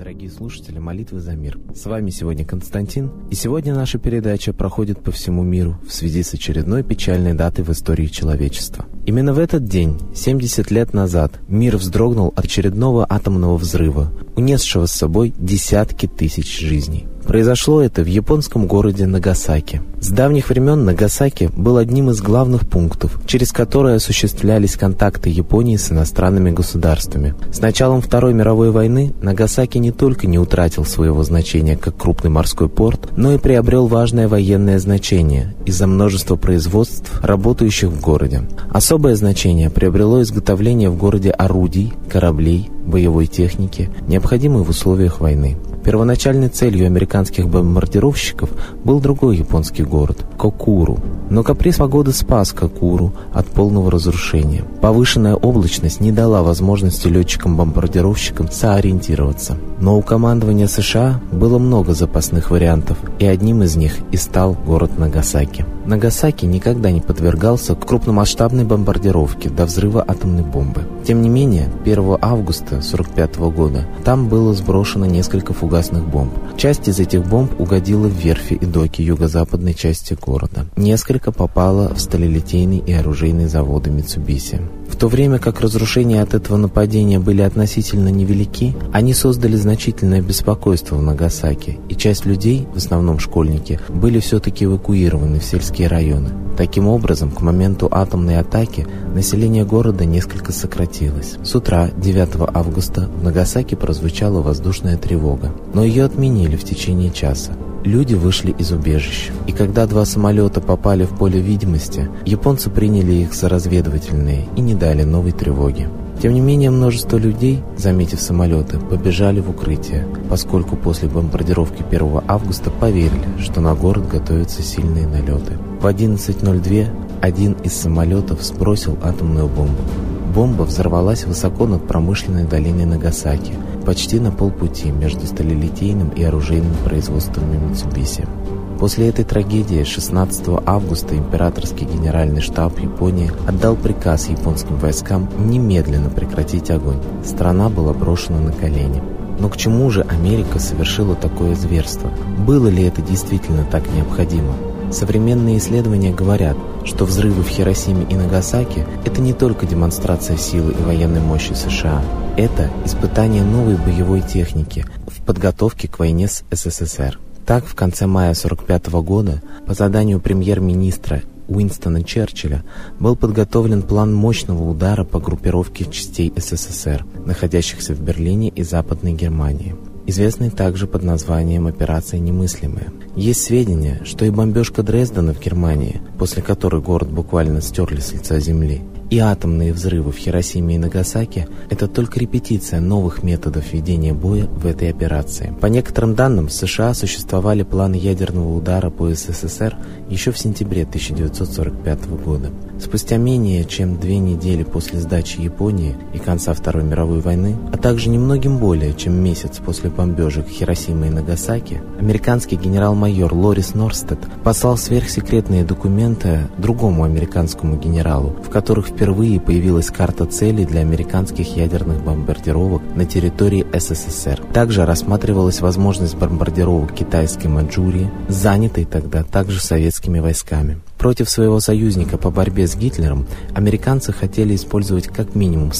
дорогие слушатели «Молитвы за мир». С вами сегодня Константин, и сегодня наша передача проходит по всему миру в связи с очередной печальной датой в истории человечества. Именно в этот день, 70 лет назад, мир вздрогнул от очередного атомного взрыва, унесшего с собой десятки тысяч жизней. Произошло это в японском городе Нагасаки. С давних времен Нагасаки был одним из главных пунктов, через которые осуществлялись контакты Японии с иностранными государствами. С началом Второй мировой войны Нагасаки не только не утратил своего значения как крупный морской порт, но и приобрел важное военное значение из-за множества производств, работающих в городе. Особое значение приобрело изготовление в городе орудий, кораблей, боевой техники, необходимой в условиях войны. Первоначальной целью американских бомбардировщиков был другой японский город – Кокуру. Но каприз погоды спас Кокуру от полного разрушения. Повышенная облачность не дала возможности летчикам-бомбардировщикам соориентироваться. Но у командования США было много запасных вариантов, и одним из них и стал город Нагасаки. Нагасаки никогда не подвергался крупномасштабной бомбардировке до взрыва атомной бомбы. Тем не менее, 1 августа 1945 года там было сброшено несколько фугасных бомб. Часть из этих бомб угодила в верфи и доки юго-западной части города. Несколько попало в сталелитейный и оружейные заводы Митсубиси. В то время как разрушения от этого нападения были относительно невелики, они создали значительное беспокойство в Нагасаки, и часть людей, в основном школьники, были все-таки эвакуированы в сельские районы. Таким образом, к моменту атомной атаки население города несколько сократилось. С утра 9 августа в Нагасаки прозвучала воздушная тревога, но ее отменили в течение часа. Люди вышли из убежищ, и когда 2 самолета попали в поле видимости, японцы приняли их за разведывательные и не дали новой тревоги. Тем не менее, множество людей, заметив самолеты, побежали в укрытие, поскольку после бомбардировки 1 августа поверили, что на город готовятся сильные налеты. В 11:02 один из самолетов сбросил атомную бомбу. Бомба взорвалась высоко над промышленной долиной Нагасаки, почти на полпути между сталелитейным и оружейным производствами Митсубиси. После этой трагедии 16 августа императорский генеральный штаб Японии отдал приказ японским войскам немедленно прекратить огонь. Страна была брошена на колени. Но к чему же Америка совершила такое зверство? Было ли это действительно так необходимо? Современные исследования говорят, что взрывы в Хиросиме и Нагасаки – это не только демонстрация силы и военной мощи США. Это испытание новой боевой техники в подготовке к войне с СССР. Так, в конце мая 1945 года по заданию премьер-министра Уинстона Черчилля был подготовлен план мощного удара по группировке частей СССР, находящихся в Берлине и Западной Германии, известный также под названием «Операция Немыслимая». Есть сведения, что и бомбежка Дрездена в Германии, после которой город буквально стерли с лица земли, и атомные взрывы в Хиросиме и Нагасаки – это только репетиция новых методов ведения боя в этой операции. По некоторым данным, в США существовали планы ядерного удара по СССР еще в сентябре 1945 года. Спустя менее чем 2 недели после сдачи Японии и конца Второй мировой войны, а также немногим более чем месяц после бомбежек Хиросимы и Нагасаки, американский генерал-майор Лорис Норстед послал сверхсекретные документы другому американскому генералу, в которых впервые появилась карта целей для американских ядерных бомбардировок на территории СССР. Также рассматривалась возможность бомбардировок китайской Маньчжурии, занятой тогда также советскими войсками. Против своего союзника по борьбе с Гитлером американцы хотели использовать как минимум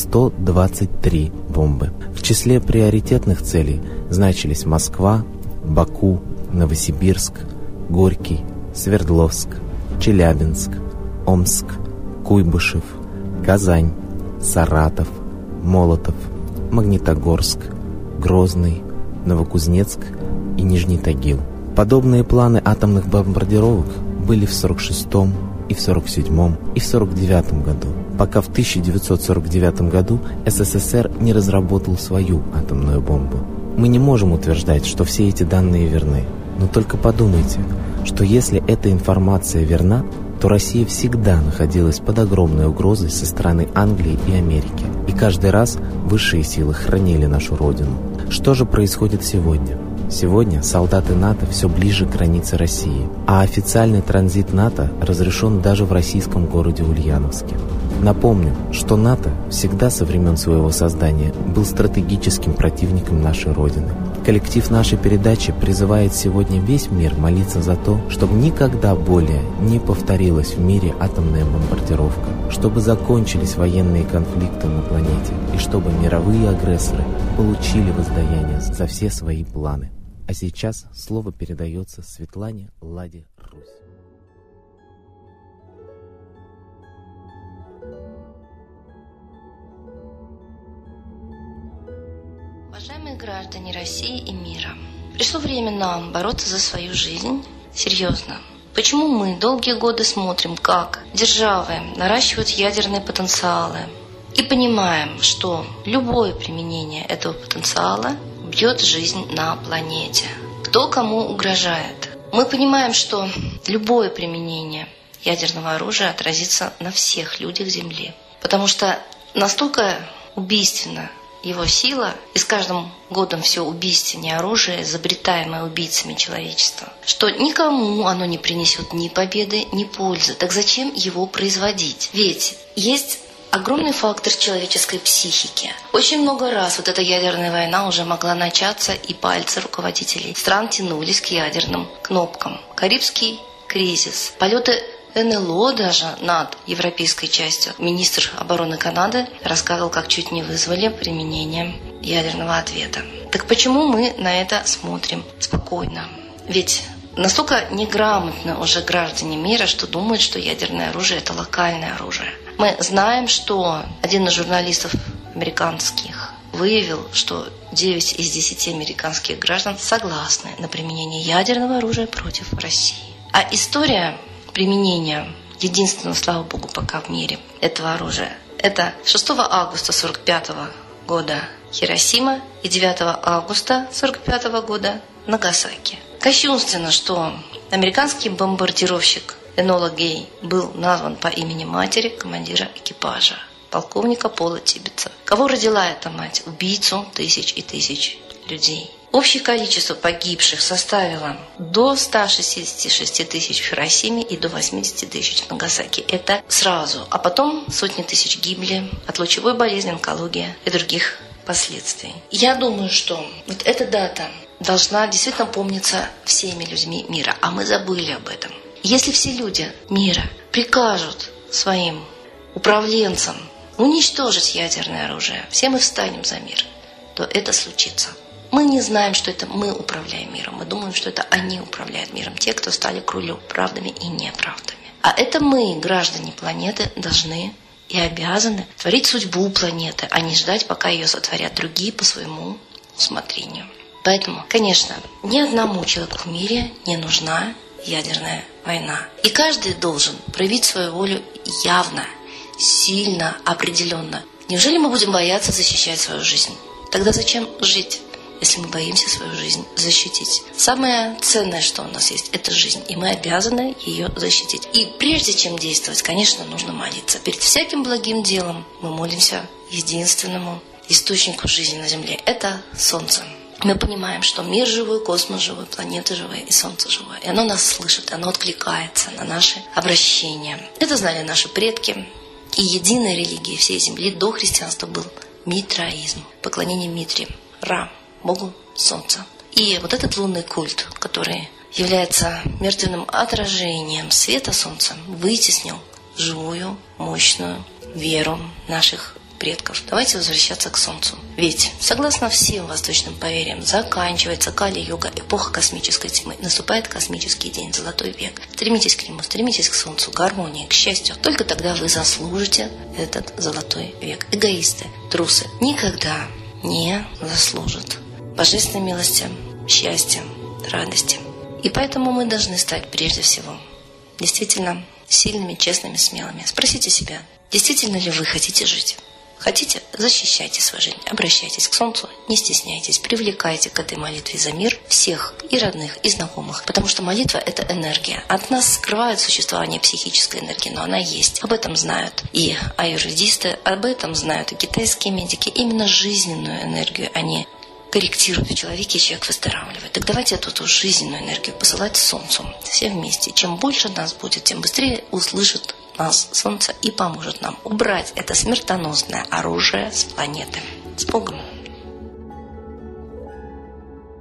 123 бомбы. В числе приоритетных целей значились Москва, Баку, Новосибирск, Горький, Свердловск, Челябинск, Омск, Куйбышев, Казань, Саратов, Молотов, Магнитогорск, Грозный, Новокузнецк и Нижний Тагил. Подобные планы атомных бомбардировок были в 1946 и в 1947 и в 1949 году, пока в 1949 году СССР не разработал свою атомную бомбу. Мы не можем утверждать, что все эти данные верны, но только подумайте, что если эта информация верна, то Россия всегда находилась под огромной угрозой со стороны Англии и Америки, и каждый раз высшие силы хранили нашу родину. Что же происходит сегодня? Сегодня солдаты НАТО все ближе к границе России, а официальный транзит НАТО разрешен даже в российском городе Ульяновске. Напомню, что НАТО всегда со времен своего создания был стратегическим противником нашей Родины. Коллектив нашей передачи призывает сегодня весь мир молиться за то, чтобы никогда более не повторилась в мире атомная бомбардировка, чтобы закончились военные конфликты на планете и чтобы мировые агрессоры получили воздаяние за все свои планы. А сейчас слово передается Светлане Ладе Русь. Уважаемые граждане России и мира, пришло время нам бороться за свою жизнь серьезно. Почему мы долгие годы смотрим, как державы наращивают ядерные потенциалы и понимаем, что любое применение этого потенциала бьет жизнь на планете? Кто кому угрожает? Мы понимаем, что любое применение ядерного оружия отразится на всех людях Земли, потому что настолько убийственно его сила, и с каждым годом все убийственнее оружие, изобретаемое убийцами человечества, что никому оно не принесет ни победы, ни пользы. Так зачем его производить? Ведь есть огромный фактор человеческой психики. Очень много раз вот эта ядерная война уже могла начаться, и пальцы руководителей стран тянулись к ядерным кнопкам. Карибский кризис, полеты НЛО даже над европейской частью. Министр обороны Канады рассказывал, как чуть не вызвали применение ядерного ответа. Так почему мы на это смотрим спокойно? Ведь настолько неграмотны уже граждане мира, что думают, что ядерное оружие – это локальное оружие. Мы знаем, что один из журналистов американских выявил, что 9 из 10 американских граждан согласны на применение ядерного оружия против России. А история применения единственного, слава богу, пока в мире этого оружия – это 6 августа 1945 года Хиросима и 9 августа 1945 года Нагасаки. Кощунственно, что американский бомбардировщик Энола Гей был назван по имени матери командира экипажа, полковника Пола Тибетса. Кого родила эта мать? Убийцу тысяч и тысяч людей. Общее количество погибших составило до 166 тысяч в Хиросиме и до 80 тысяч в Нагасаки. Это сразу. А потом сотни тысяч гибли от лучевой болезни, онкологии и других последствий. Я думаю, что вот эта дата должна действительно помниться всеми людьми мира, а мы забыли об этом. Если все люди мира прикажут своим управленцам уничтожить ядерное оружие, все мы встанем за мир, то это случится. Мы не знаем, что это мы управляем миром. Мы думаем, что это они управляют миром. Те, кто стали к рулю правдами и неправдами. А это мы, граждане планеты, должны и обязаны творить судьбу планеты, а не ждать, пока ее сотворят другие по своему усмотрению. Поэтому, конечно, ни одному человеку в мире не нужна ядерная война. И каждый должен проявить свою волю явно, сильно, определенно. Неужели мы будем бояться защищать свою жизнь? Тогда зачем жить, если мы боимся свою жизнь защитить? Самое ценное, что у нас есть, это жизнь, и мы обязаны ее защитить. И прежде чем действовать, конечно, нужно молиться. Перед всяким благим делом мы молимся единственному источнику жизни на Земле. Это Солнце. Мы понимаем, что мир живой, космос живой, планета живая и Солнце живое. И оно нас слышит, оно откликается на наши обращения. Это знали наши предки. И единой религией всей Земли до христианства был митраизм, поклонение Митре, Ра, Богу Солнца. И вот этот лунный культ, который является мертвенным отражением света Солнца, вытеснил живую, мощную веру наших предков. Давайте возвращаться к Солнцу. Ведь, согласно всем восточным поверьям, заканчивается Кали-юга, эпоха космической тьмы. Наступает космический день, золотой век. Стремитесь к нему, стремитесь к Солнцу, к гармонии, к счастью. Только тогда вы заслужите этот золотой век. Эгоисты, трусы никогда не заслужат божественной милости, счастья, радости. И поэтому мы должны стать прежде всего действительно сильными, честными, смелыми. Спросите себя, действительно ли вы хотите жить? Хотите? Защищайте свою жизнь, обращайтесь к Солнцу, не стесняйтесь, привлекайте к этой молитве за мир всех и родных, и знакомых, потому что молитва – это энергия. От нас скрывают существование психической энергии, но она есть. Об этом знают и аюрведисты, об этом знают и китайские медики. Именно жизненную энергию они корректируют в человеке, и человек выздоравливает. Так давайте эту жизненную энергию посылать Солнцу все вместе. Чем больше нас будет, тем быстрее услышит нас Солнце и поможет нам убрать это смертоносное оружие с планеты. С Богом!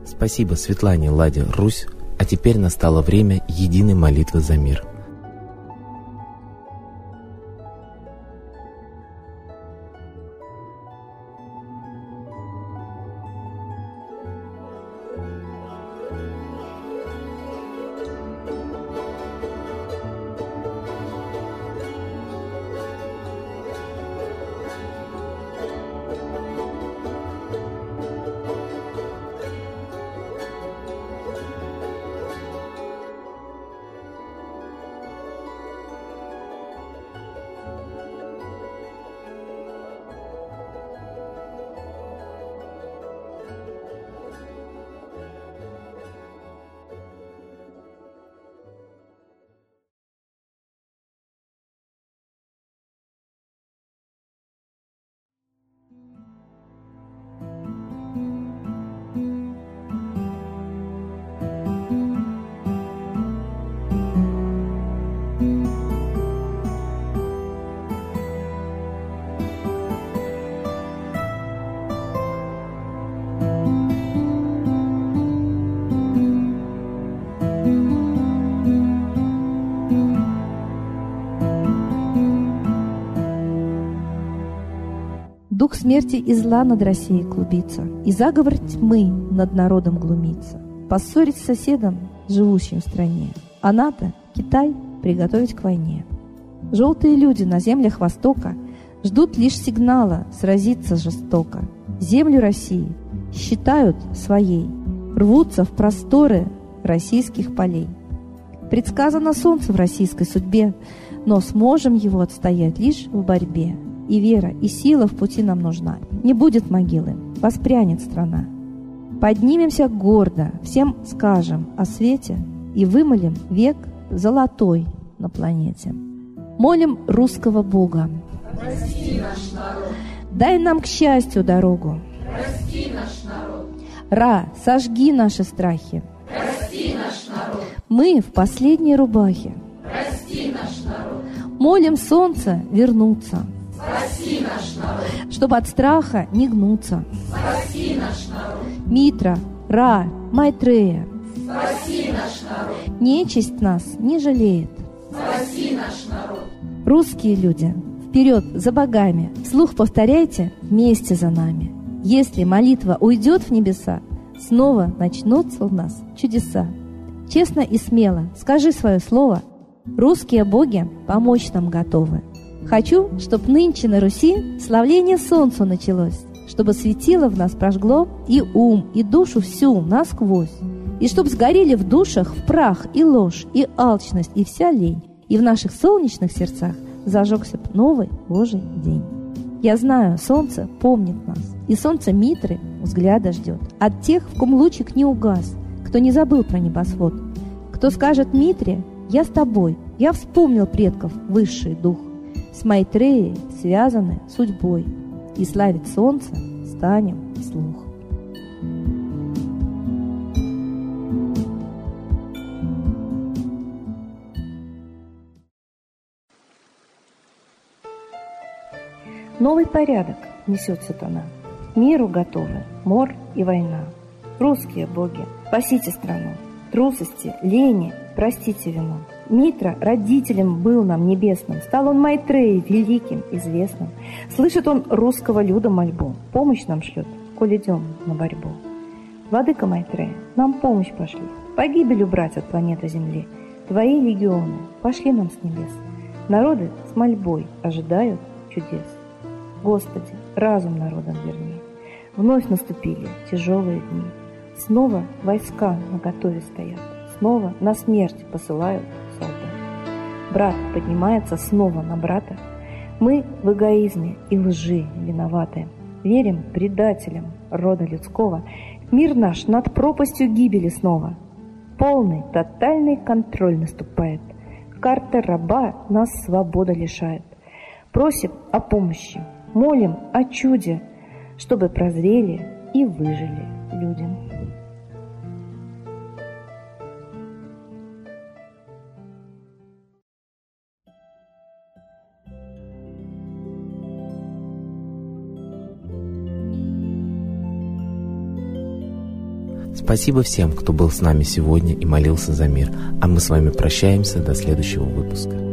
Спасибо Светлане Ладе Русь, а теперь настало время единой молитвы за мир. Дух смерти и зла над Россией клубится, и заговор тьмы над народом глумится. Поссорить с соседом, живущим в стране, а НАТО, Китай, приготовить к войне. Желтые люди на землях Востока ждут лишь сигнала сразиться жестоко. Землю России считают своей, рвутся в просторы российских полей. Предсказано солнце в российской судьбе, но сможем его отстоять лишь в борьбе. И вера, и сила в пути нам нужна. Не будет могилы, воспрянет страна. Поднимемся гордо, всем скажем о свете и вымолим век золотой на планете. Молим русского Бога. Прости наш народ. Дай нам к счастью дорогу. Прости наш народ. Ра, сожги наши страхи. Прости наш народ. Мы в последней рубахе. Прости наш народ. Молим солнце вернуться, Спаси наш народ. чтобы от страха не гнуться. Спаси наш народ. Митра, Ра, Майтрея, Спаси наш народ. нечисть нас не жалеет. Спаси наш народ. Русские люди, вперед за богами, вслух повторяйте вместе за нами. Если молитва уйдет в небеса, снова начнутся у нас чудеса. Честно и смело скажи свое слово. Русские боги помочь нам готовы. Хочу, чтоб нынче на Руси славление солнцу началось, чтобы светило в нас прожгло и ум, и душу всю насквозь, и чтоб сгорели в душах в прах и ложь, и алчность, и вся лень, и в наших солнечных сердцах зажегся б новый Божий день. Я знаю, солнце помнит нас, и солнце Митры взгляда ждет от тех, в ком лучик не угас, кто не забыл про небосвод, кто скажет Митре: «Я с тобой, я вспомнил предков высший дух». С Майтреей связаны судьбой, и славить солнце станем вслух. Новый порядок несет сатана. Миру готовы мор и война. Русские боги, спасите страну. Трусости, лени, простите вину. Митра родителем был нам небесным, стал он Майтреей великим, известным. Слышит он русского люда мольбу, помощь нам шлет, коль идем на борьбу. Владыка Майтрея, нам помощь пошли, погибель убрать от планеты Земли. Твои легионы пошли нам с небес, народы с мольбой ожидают чудес. Господи, разум народам верни, вновь наступили тяжелые дни. Снова войска наготове стоят, снова на смерть посылают солдат. Брат поднимается снова на брата. Мы в эгоизме и лжи виноваты. Верим предателям рода людского. Мир наш над пропастью гибели снова. Полный, тотальный контроль наступает. Карта раба нас свобода лишает. Просим о помощи, молим о чуде, чтобы прозрели и выжили людям. Спасибо всем, кто был с нами сегодня и молился за мир. А мы с вами прощаемся до следующего выпуска.